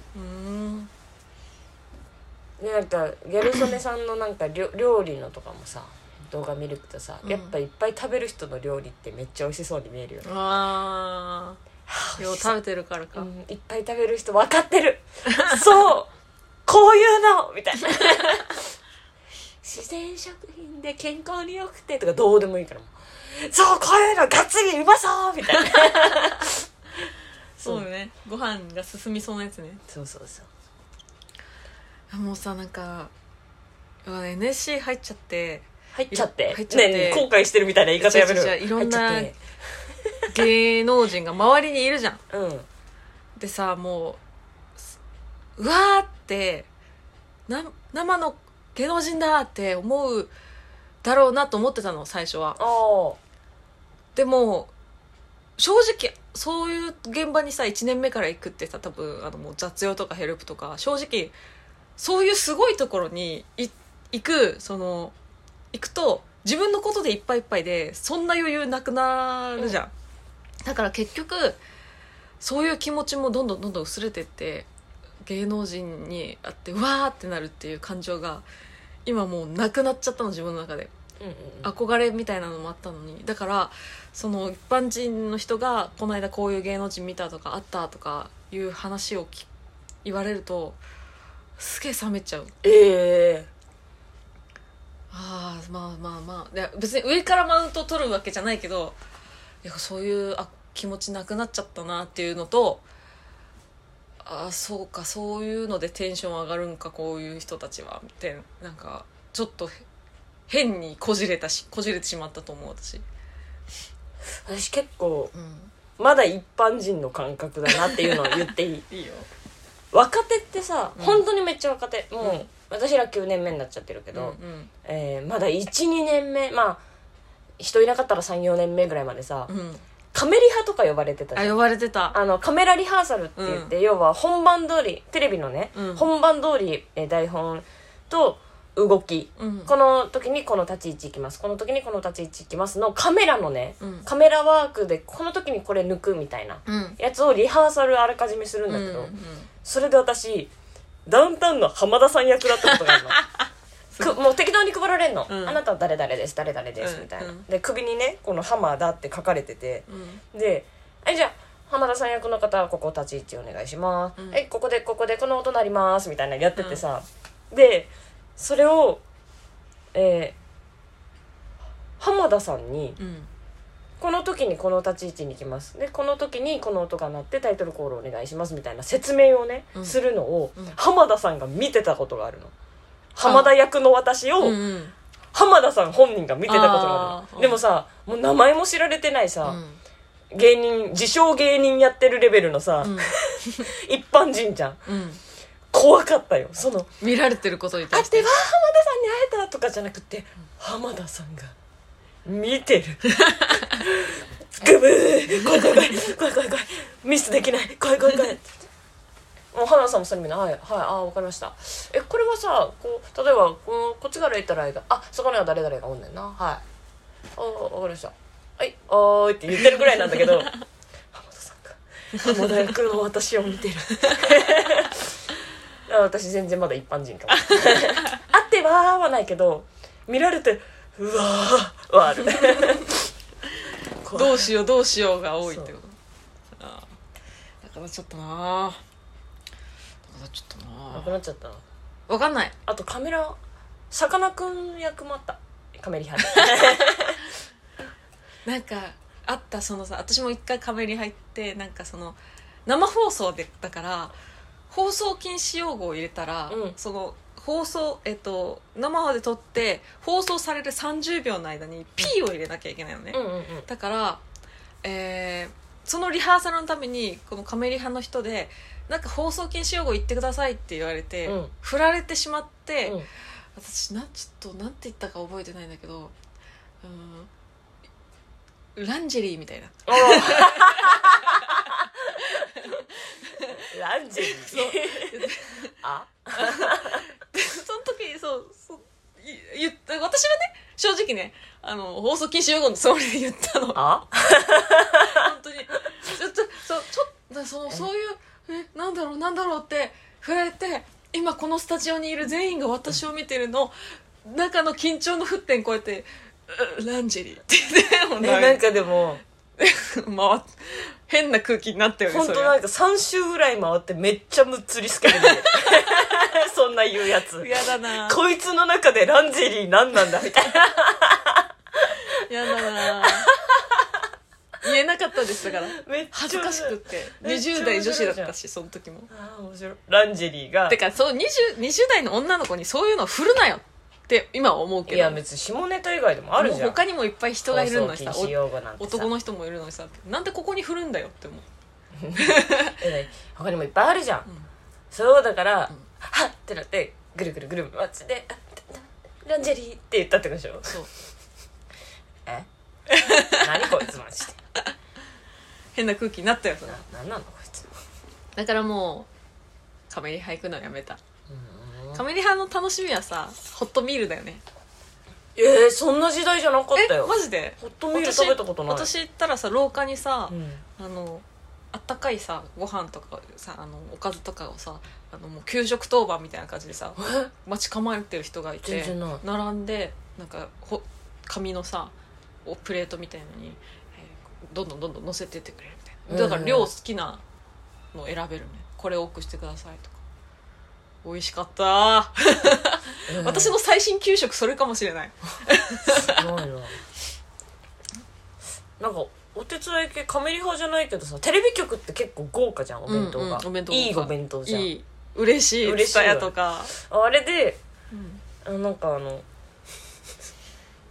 Speaker 1: でなんかギャル曽根さんのなんか料理のとかもさ動画見るとさ、やっぱいっぱい食べる人の料理ってめっちゃ美味しそうに見えるよね。
Speaker 2: よう食べてるからか、
Speaker 1: いっぱい食べる人分かってるそうこういうのみたいな自然食品で健康によくてとかどうでもいいからもそうこういうのがっつりうまそうみたいな
Speaker 2: そうねご飯が進みそうなやつね。
Speaker 1: そうそうそう。
Speaker 2: もうさなんかNSC 入っちゃって
Speaker 1: ね後悔してるみたいな言い方やめる。
Speaker 2: いろんな芸能人が周りにいるじゃん、でさもうわーって生の芸能人だって思うだろうなと思ってたの最初は。でも正直そういう現場にさ1年目から行くってさ多分もう雑用とかヘルプとか正直そういうすごいところに行くと自分のことでいっぱいいっぱいでそんな余裕なくなるじゃん、だから結局そういう気持ちもどんどん薄れてって芸能人に会ってうわーってなるっていう感情が今もうなくなっちゃったの自分の中で、憧れみたいなのもあったのに。だからその一般人の人がこの間こういう芸能人見たとかあったとかいう話を言われるとすげえ冷めちゃう。まあいや別に上からマウント取るわけじゃないけどいやそういう気持ちなくなっちゃったなっていうのとそうかそういうのでテンション上がるんかこういう人たちはみたいななんかちょっと変にこじれてしまったと思う
Speaker 1: 私結構、まだ一般人の感覚だなっていうのを言っていい
Speaker 2: いいよ。
Speaker 1: 若手ってさ、本当にめっちゃ若手、もう私ら9年目になっちゃってるけど、まだ 1,2 年目、まあ人いなかったら 3,4 年目ぐらいまでさ、カメリハとか呼ばれてたじゃん。
Speaker 2: 呼ばれてた。
Speaker 1: カメラリハーサルって言って、要は本番通り、テレビのね、本番通り、台本と動き、この時にこの立ち位置いきます、この時にこの立ち位置いきますのカメラのね、カメラワークでこの時にこれ抜くみたいなやつをリハーサルあらかじめするんだけど、それで私ダウンタウンの浜田さん役だったことがあるのもう適当に配られんの、あなたは誰々です誰々です、みたいな。で首にねこの浜田って書かれてて、でじゃあ浜田さん役の方はここ立ち位置お願いします、ここでこの音鳴りますみたいなやっててさ、でそれを浜田さんに、この時にこの立ち位置に行きます、でこの時にこの音が鳴ってタイトルコールお願いしますみたいな説明をね、するのを、浜田さんが見てたことがあるの。浜田役の私を、浜田さん本人が見てたことがあるの。でもさ、もう名前も知られてないさ、芸人、自称芸人やってるレベルのさ、一般人じゃん、怖かったよ。その
Speaker 2: 見られてることに対して、
Speaker 1: あってわー浜田さんに会えたとかじゃなくて、浜田さんが見てるグブー怖いミスできない怖いもう浜田さんもそれ見ない、あ分かりました、これはさこう例えばこっちから言ったらそこには誰々がおんねんな、分かりました、おーいって言ってるぐらいなんだけど浜田さんが浜田役の私を見てる私全然まだ一般人かも会ってわーはないけど見られてうわーはある
Speaker 2: どうしようが多いってこと。だからちょっとな
Speaker 1: なくなっちゃった。
Speaker 2: 分かんない。
Speaker 1: あとカメラさかなクン役もあった、カメリハで
Speaker 2: なんかあったそのさ、私も一回カメリ入って、なんかその生放送でだから放送禁止用語を入れたら、その放送生で撮って放送される30秒の間に P を入れなきゃいけないのね、だから、そのリハーサルのためにこのカメリハの人でなんか放送禁止用語言ってくださいって言われて、振られてしまって、私ちょっとなんて言ったか覚えてないんだけど、ランジェリーみたいな
Speaker 1: ランジェリー
Speaker 2: その時にそう言った私はね、正直ね放送禁止用語のつもりで言ったの本当にそういうなんだろうって振られて、今このスタジオにいる全員が私を見てるの中の緊張の沸点超えてランジェリーって言って
Speaker 1: なんかでも
Speaker 2: 変な空気になったよね。
Speaker 1: 本当なんか3周ぐらい回ってめっちゃむっつりすけるそんな言うやつ
Speaker 2: やだな、
Speaker 1: こいつの中でランジェリー何なんだみたいな
Speaker 2: やだな言えなかったです。だから恥ずかしくって20代女子だったし、その時も
Speaker 1: 面白い。ランジェリーが
Speaker 2: てかそう 20代の女の子にそういうの振るなよって今は思うけど、
Speaker 1: いや別に下ネタ以外でもあるじゃん。
Speaker 2: 他にもいっぱい人がいるのにさ、
Speaker 1: 男
Speaker 2: の人もいるのにさ、なんでここに振るんだよって思う
Speaker 1: 他にもいっぱいあるじゃん、そうだから、はっってなってぐるぐるぐる回ってランジェリーって言ったってことでしょ。
Speaker 2: そう
Speaker 1: 何こいつマジで
Speaker 2: 変な空気になったよ。
Speaker 1: 何なのこいつ。
Speaker 2: だからもうカメリハ行くのやめた。カメリハの楽しみはさ、ホットミールだよね。
Speaker 1: そんな時代じゃなかったよ。
Speaker 2: マジで
Speaker 1: ホットミール食べたことない。
Speaker 2: 私行ったらさ、廊下にさ、あったかいさご飯とかさ、おかずとかをさ、もう給食当番みたいな感じでさ待ち構えてる人がいて、並んでなんか紙のさプレートみたいのに、どんどん乗せてってくれるみたいな。だから量好きなの選べるね。これ多くしてくださいとか。美味しかった私の最新給食それかもしれない
Speaker 1: すごいな。なんかお手伝い系カメリハじゃないけどさ、テレビ局って結構豪華じゃん、お弁当が、いいお弁当じゃん。いい、
Speaker 2: 嬉しいツタヤとか
Speaker 1: あれで、なんか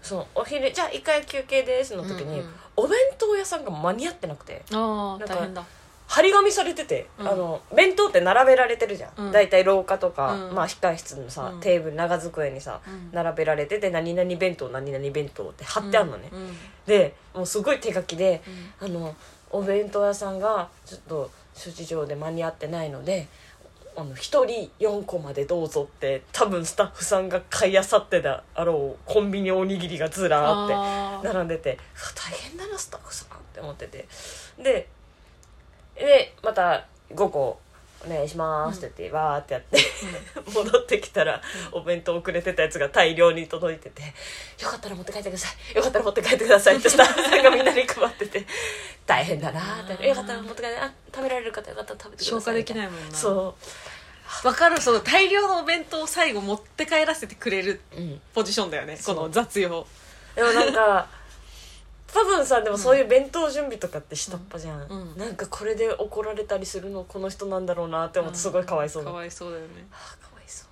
Speaker 1: そのお昼じゃあ一回休憩ですの時に、お弁当屋さんが間に合ってなくて、
Speaker 2: ああ大変だ。
Speaker 1: 張り紙されてて、弁当って並べられてるじゃん、だいたい廊下とか、まあ控室のさ、テーブル長机にさ、並べられてて何々弁当何々弁当って貼ってあるのね、でもうすごい手書きで、お弁当屋さんがちょっと諸事情で間に合ってないので1人4個までどうぞって多分スタッフさんが買いあさってたあろうコンビニおにぎりがずらーって並んでて、大変だなスタッフさんって思ってて、でまた5個お願いしますって言ってわーってやって戻ってきたら、お弁当遅れてたやつが大量に届いてて、よかったら持って帰ってくださいよかったら持って帰ってくださいってスタッフさんがみんなに配ってて大変だなーって、よかったら持って帰って食べられる方よかったら食べてください、
Speaker 2: 消化できないもんな。
Speaker 1: そう
Speaker 2: わかる、その大量のお弁当を最後持って帰らせてくれるポジションだよね、この雑用。
Speaker 1: でもなんか多分さ、でもそういう弁当準備とかって下っ端じゃん、なんかこれで怒られたりするのこの人なんだろうなって思ってすごいかわいそうだ、
Speaker 2: かわいそうだよね。
Speaker 1: かわいそう。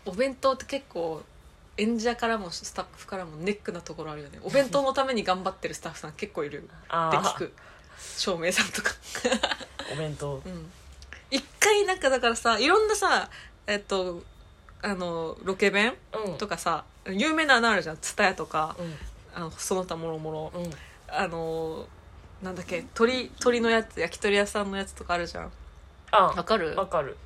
Speaker 2: お弁当って結構演者からもスタッフからもネックなところあるよね。お弁当のために頑張ってるスタッフさん結構いるって聞く。照明さんとか
Speaker 1: お弁当、
Speaker 2: 一回なんかだからさ、いろんなさロケ弁、とかさ有名なのあるじゃん、蔦屋とか、その他もろもろ、なんだっけ、鶏のやつ、焼き鳥屋さんのやつとかあるじゃん。わかる？
Speaker 1: わかる。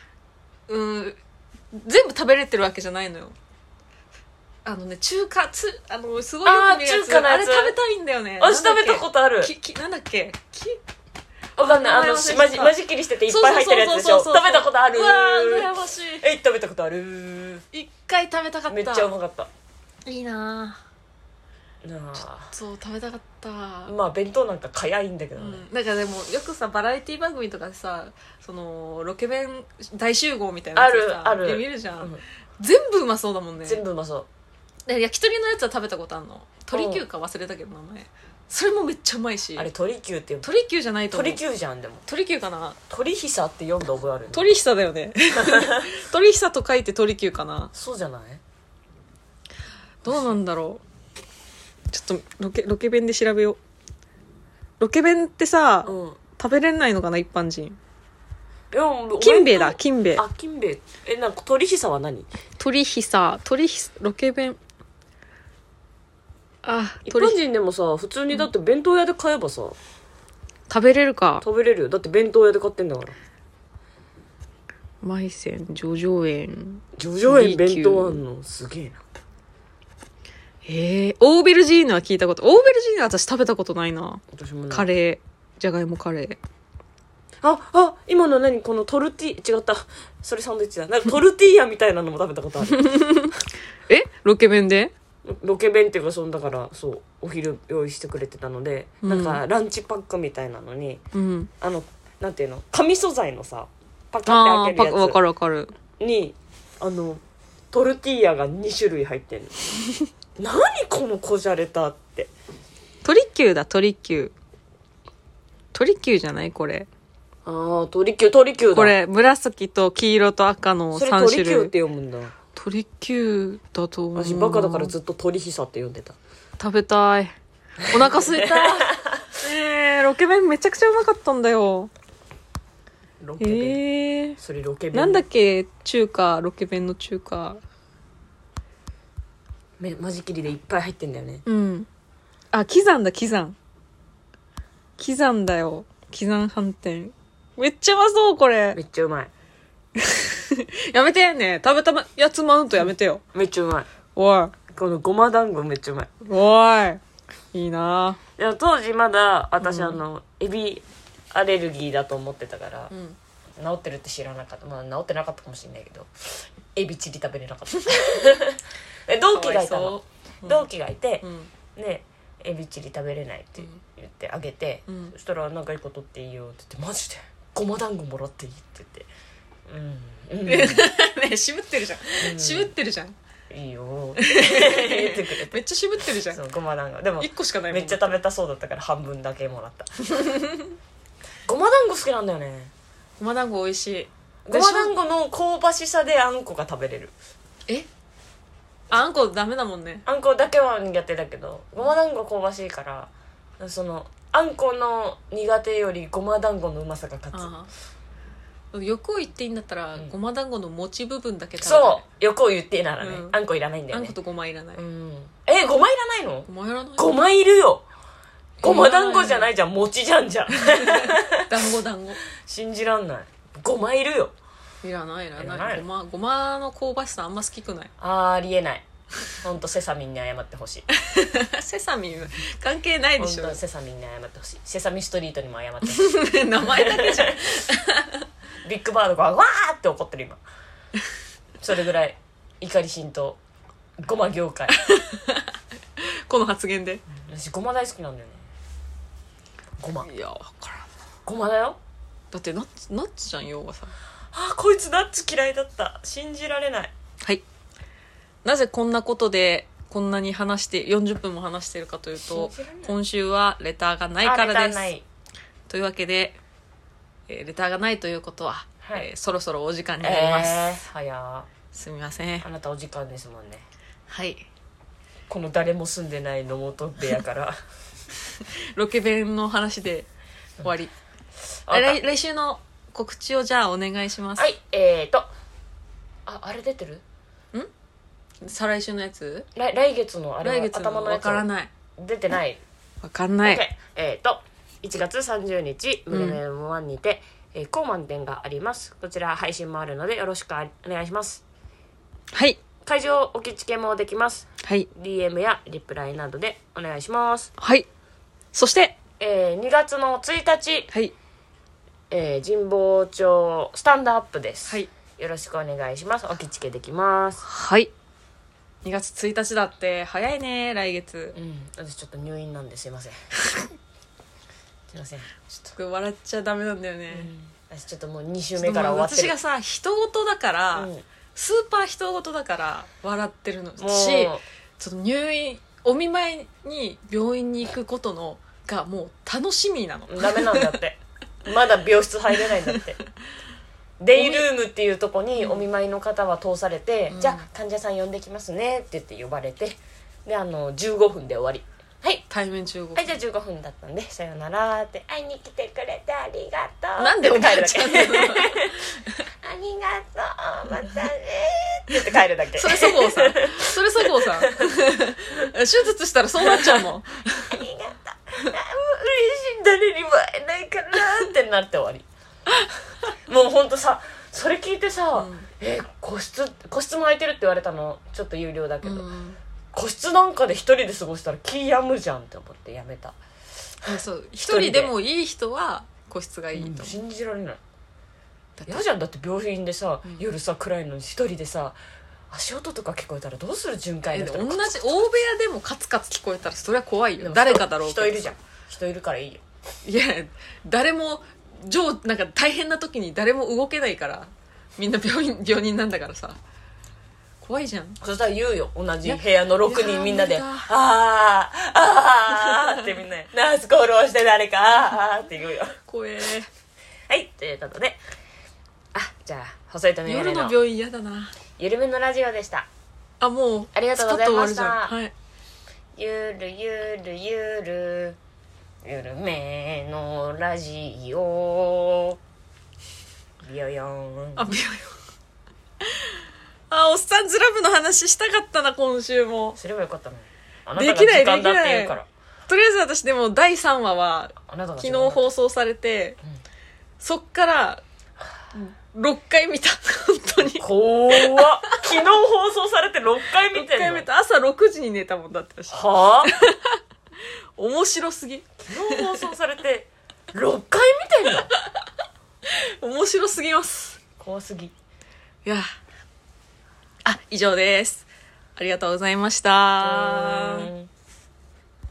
Speaker 2: 全部食べれてるわけじゃないのよ。中華すごいよく見るやつ、あれ食べたいんだよね。
Speaker 1: 私食べたことある。
Speaker 2: なんだっけ、
Speaker 1: わかんない、間仕切りしてていっぱい入ってるやつでしょ。食べたことある。
Speaker 2: うわー羨ましい。
Speaker 1: 食べたことある。
Speaker 2: 一回食べたかった。
Speaker 1: めっちゃうまかった。
Speaker 2: いいな
Speaker 1: ぁ。
Speaker 2: そう食べたかった。
Speaker 1: まあ弁当なんか早いんだけどね、
Speaker 2: なんかでもよくさバラエティ番組とかでさ、そのロケ弁大集合みたいなやつさ
Speaker 1: ある
Speaker 2: 見るじゃん、全部うまそうだもんね。
Speaker 1: 全部うまそう。
Speaker 2: で焼き鳥のやつは食べたことあるの。鳥久か忘れたけど名前。それもめっちゃうまいし。
Speaker 1: あれ鳥久って
Speaker 2: 鳥久じゃないと思う。
Speaker 1: 鳥久じゃん。でも
Speaker 2: 鳥久かな。
Speaker 1: 鳥久って読んだ覚えある、ね、
Speaker 2: 鳥久だよね鳥久と書いて鳥久かな。
Speaker 1: そうじゃない？
Speaker 2: どうなんだろう。ちょっとロケ弁で調べよう。ロケ弁ってさ、食べれないのかな一般人。金兵衛だ、金兵衛。
Speaker 1: 金兵衛。なんか鳥久は何？
Speaker 2: 鳥久ロケ弁。
Speaker 1: 一般人でもさ、普通にだって弁当屋で買えばさ、
Speaker 2: 食べれるか。
Speaker 1: 食べれるよ。だって弁当屋で買ってんだから。
Speaker 2: マイセン、叙々苑
Speaker 1: 弁当あんのすげえな。
Speaker 2: オーベルジーヌは聞いたこと。オーベルジーヌは私食べたことないな。
Speaker 1: 私もね。
Speaker 2: カレー、じゃがいもカレー。
Speaker 1: 今の何、このトルティ違った、それサンドイッチだ。なんかトルティーヤみたいなのも食べたことある
Speaker 2: ロケ弁で？
Speaker 1: ロケ弁っていうか、だからそうお昼用意してくれてたので、なんかランチパックみたいなのに、なんていうの、紙素材のさパカって開けるやつ、
Speaker 2: わかる
Speaker 1: にトルティーヤが2種類入ってんの何このこじゃれたって。
Speaker 2: 鳥久だ、鳥久じゃないこれ。
Speaker 1: 鳥久だ。
Speaker 2: これ紫と黄色と赤の3種類。それ鳥
Speaker 1: 久って読むんだ。
Speaker 2: 鳥久だと思う。
Speaker 1: 私バカだからずっと鳥久って読んでた。
Speaker 2: 食べたい。お腹空いたロケ弁めちゃくちゃうまかったんだよ。
Speaker 1: ロケ弁、それロケ弁
Speaker 2: なんだっけ、ロケ弁の中華
Speaker 1: 間仕切りでいっぱい入ってんだよね。
Speaker 2: 喜山だ、喜山だよ。喜山飯店めっちゃうまそう。これ
Speaker 1: めっちゃうまい
Speaker 2: やめてね、食べたやつマウントやめてよ。
Speaker 1: めっちゃうまい。
Speaker 2: おい、
Speaker 1: このごま団子めっちゃうまい。
Speaker 2: おい、いいな。
Speaker 1: でも当時まだ私エビアレルギーだと思ってたから、治ってるって知らなかった。まあ治ってなかったかもしれないけど、エビチリ食べれなかった同期がいたの。同期がいて、でエビチリ食べれないって言ってあげて、そしたらなんかいいことっていいよって言って、マジでごま団子もらっていいって言って、
Speaker 2: ね、渋ってるじゃん、渋ってるじゃん。
Speaker 1: いいよって言ってくれて
Speaker 2: めっちゃ渋ってるじゃん。
Speaker 1: そう、ごま団子でも
Speaker 2: 1個しかないもん。
Speaker 1: めっちゃ食べたそうだったから半分だけもらったごま団子好きなんだよね。
Speaker 2: ごま団子美味しい。
Speaker 1: ごま団子の香ばしさであんこが食べれる。
Speaker 2: あんこダメだもんね。
Speaker 1: あんこだけは苦手だけどごま団子香ばしいから、そのあんこの苦手よりごま団子のうまさが勝
Speaker 2: つ。欲を言っていいんだったら、ごま団子の餅部分だけ食べ
Speaker 1: たい。そう欲を言っていいならね、あんこいらないんだよね。
Speaker 2: あんことごまいらない。
Speaker 1: ごまいらないの？
Speaker 2: ごまいらない。
Speaker 1: ごまいるよ。ごま団子じゃないじゃん、餅じゃんじゃん。
Speaker 2: 団子
Speaker 1: 信じらんない。ごまいるよ。
Speaker 2: いらないごまの香ばしさあんま好きくない。
Speaker 1: ありえない。ほんとセサミンに謝ってほしい。
Speaker 2: セサミン関係ないでしょ。
Speaker 1: ほんとセサミンに謝ってほしい。セサミストリートにも謝ってほしい。
Speaker 2: 名前だけじゃん。
Speaker 1: ビッグバードがわーって怒ってる今。それぐらい怒り心頭。ごま業界。
Speaker 2: この発言で。
Speaker 1: 私ごま大好きなんだよね。ごま。
Speaker 2: いや分からん。
Speaker 1: ごまだよ。
Speaker 2: だってナッツじゃん要はさ。
Speaker 1: こいつナッツ嫌いだった。信じられない。
Speaker 2: はい。なぜこんなことでこんなに話して40分も話してるかというと、今週はレターがないからです。というわけで、レターがないということは、そろそろお時間になります。
Speaker 1: 早。
Speaker 2: すみません。
Speaker 1: あなたお時間ですもんね。
Speaker 2: はい。
Speaker 1: この誰も住んでない野本部屋から
Speaker 2: ロケ弁の話で終わり。来週の告知をじゃあお願いします。
Speaker 1: はい。あれ出てる？
Speaker 2: 再来週のやつ？
Speaker 1: 来月のあれは頭のやつ。
Speaker 2: わからない。
Speaker 1: 出てない。
Speaker 2: わかんない。
Speaker 1: 1月30日ムレメモ1にて、高満点があります。こちら配信もあるのでよろしくお願いします。
Speaker 2: はい。
Speaker 1: 会場置き付けもできます。
Speaker 2: はい。
Speaker 1: DM やリプライなどでお願いします。
Speaker 2: はい。そして、
Speaker 1: 2月の1日、
Speaker 2: はい。
Speaker 1: 神保町スタンドアップです。
Speaker 2: はい。
Speaker 1: よろしくお願いします。置き付けできます。
Speaker 2: はい。2月1日だって早いね、来月。
Speaker 1: 私ちょっと入院なんですいません。すいません。ち
Speaker 2: ょっと笑っちゃダメなんだよね。
Speaker 1: 私ちょっともう2週目から終わってる。
Speaker 2: 私がさ、人事だから、スーパー人事だから笑ってるのし、ちょっと入院、お見舞いに病院に行くことのがもう楽しみなの。
Speaker 1: ダメなんだって。まだ病室入れないんだって。デイルームっていうとこにお見舞いの方は通されて、じゃあ患者さん呼んできますねって言って呼ばれて、で15分で終わり。はい
Speaker 2: 対面15分。
Speaker 1: はい、じゃあ15分だったんでさよならって、会いに来てくれてありがとう。
Speaker 2: なんでおばあちゃんなの？
Speaker 1: ありがとうまたねって言って帰るだけ。
Speaker 2: それそごうさん。手術したらそうなっちゃうもん。
Speaker 1: ありがとう。嬉しい、誰にも会えないからってなって終わり。もうほんとさ、それ聞いてさ、個室も空いてるって言われたの。ちょっと有料だけど、個室なんかで一人で過ごしたら気病むじゃんって思ってやめた。
Speaker 2: そう一人でもいい人は個室がいいと思う。
Speaker 1: 信じられない。嫌じゃん。だって病院でさ、夜さ暗いのに一人でさ、足音とか聞こえたらどうする？巡回の人。
Speaker 2: 同じ大部屋でもカツカツ聞こえたらそれは怖いよ。誰かだろうけど。
Speaker 1: 人いるじゃん。人いるからいいよ。
Speaker 2: いや誰もなんか大変な時に誰も動けないから、みんな病人なんだからさ、怖いじゃん。
Speaker 1: そしたら言うよ、同じ部屋の6人みんなで、ってみんなでナースコールをして誰かって言うよ。
Speaker 2: 怖え。
Speaker 1: はい、ということで、じゃあ細いとメガネ
Speaker 2: 夜の病院嫌だな。
Speaker 1: ゆるめのラジオでした。
Speaker 2: もう
Speaker 1: ありがとうございました。
Speaker 2: はい。
Speaker 1: ゆるめのラジオ。ビヨヨン。
Speaker 2: ビヨヨン。おっさんずラブの話したかったな、今週も。
Speaker 1: すればよかったの。あなたが時間だって言うから。
Speaker 2: とりあえず私でも第3話は昨日放送されて、そっから6回見た。本当に
Speaker 1: 怖っ。昨日放送されて6回見てんの。6回見た。
Speaker 2: 朝6時に寝たもんだって私。
Speaker 1: はぁ
Speaker 2: 面白すぎ。
Speaker 1: 昨日放送されて6回見てん
Speaker 2: の。面白すぎます。
Speaker 1: 怖すぎ。
Speaker 2: いや、以上です。ありがとうございました。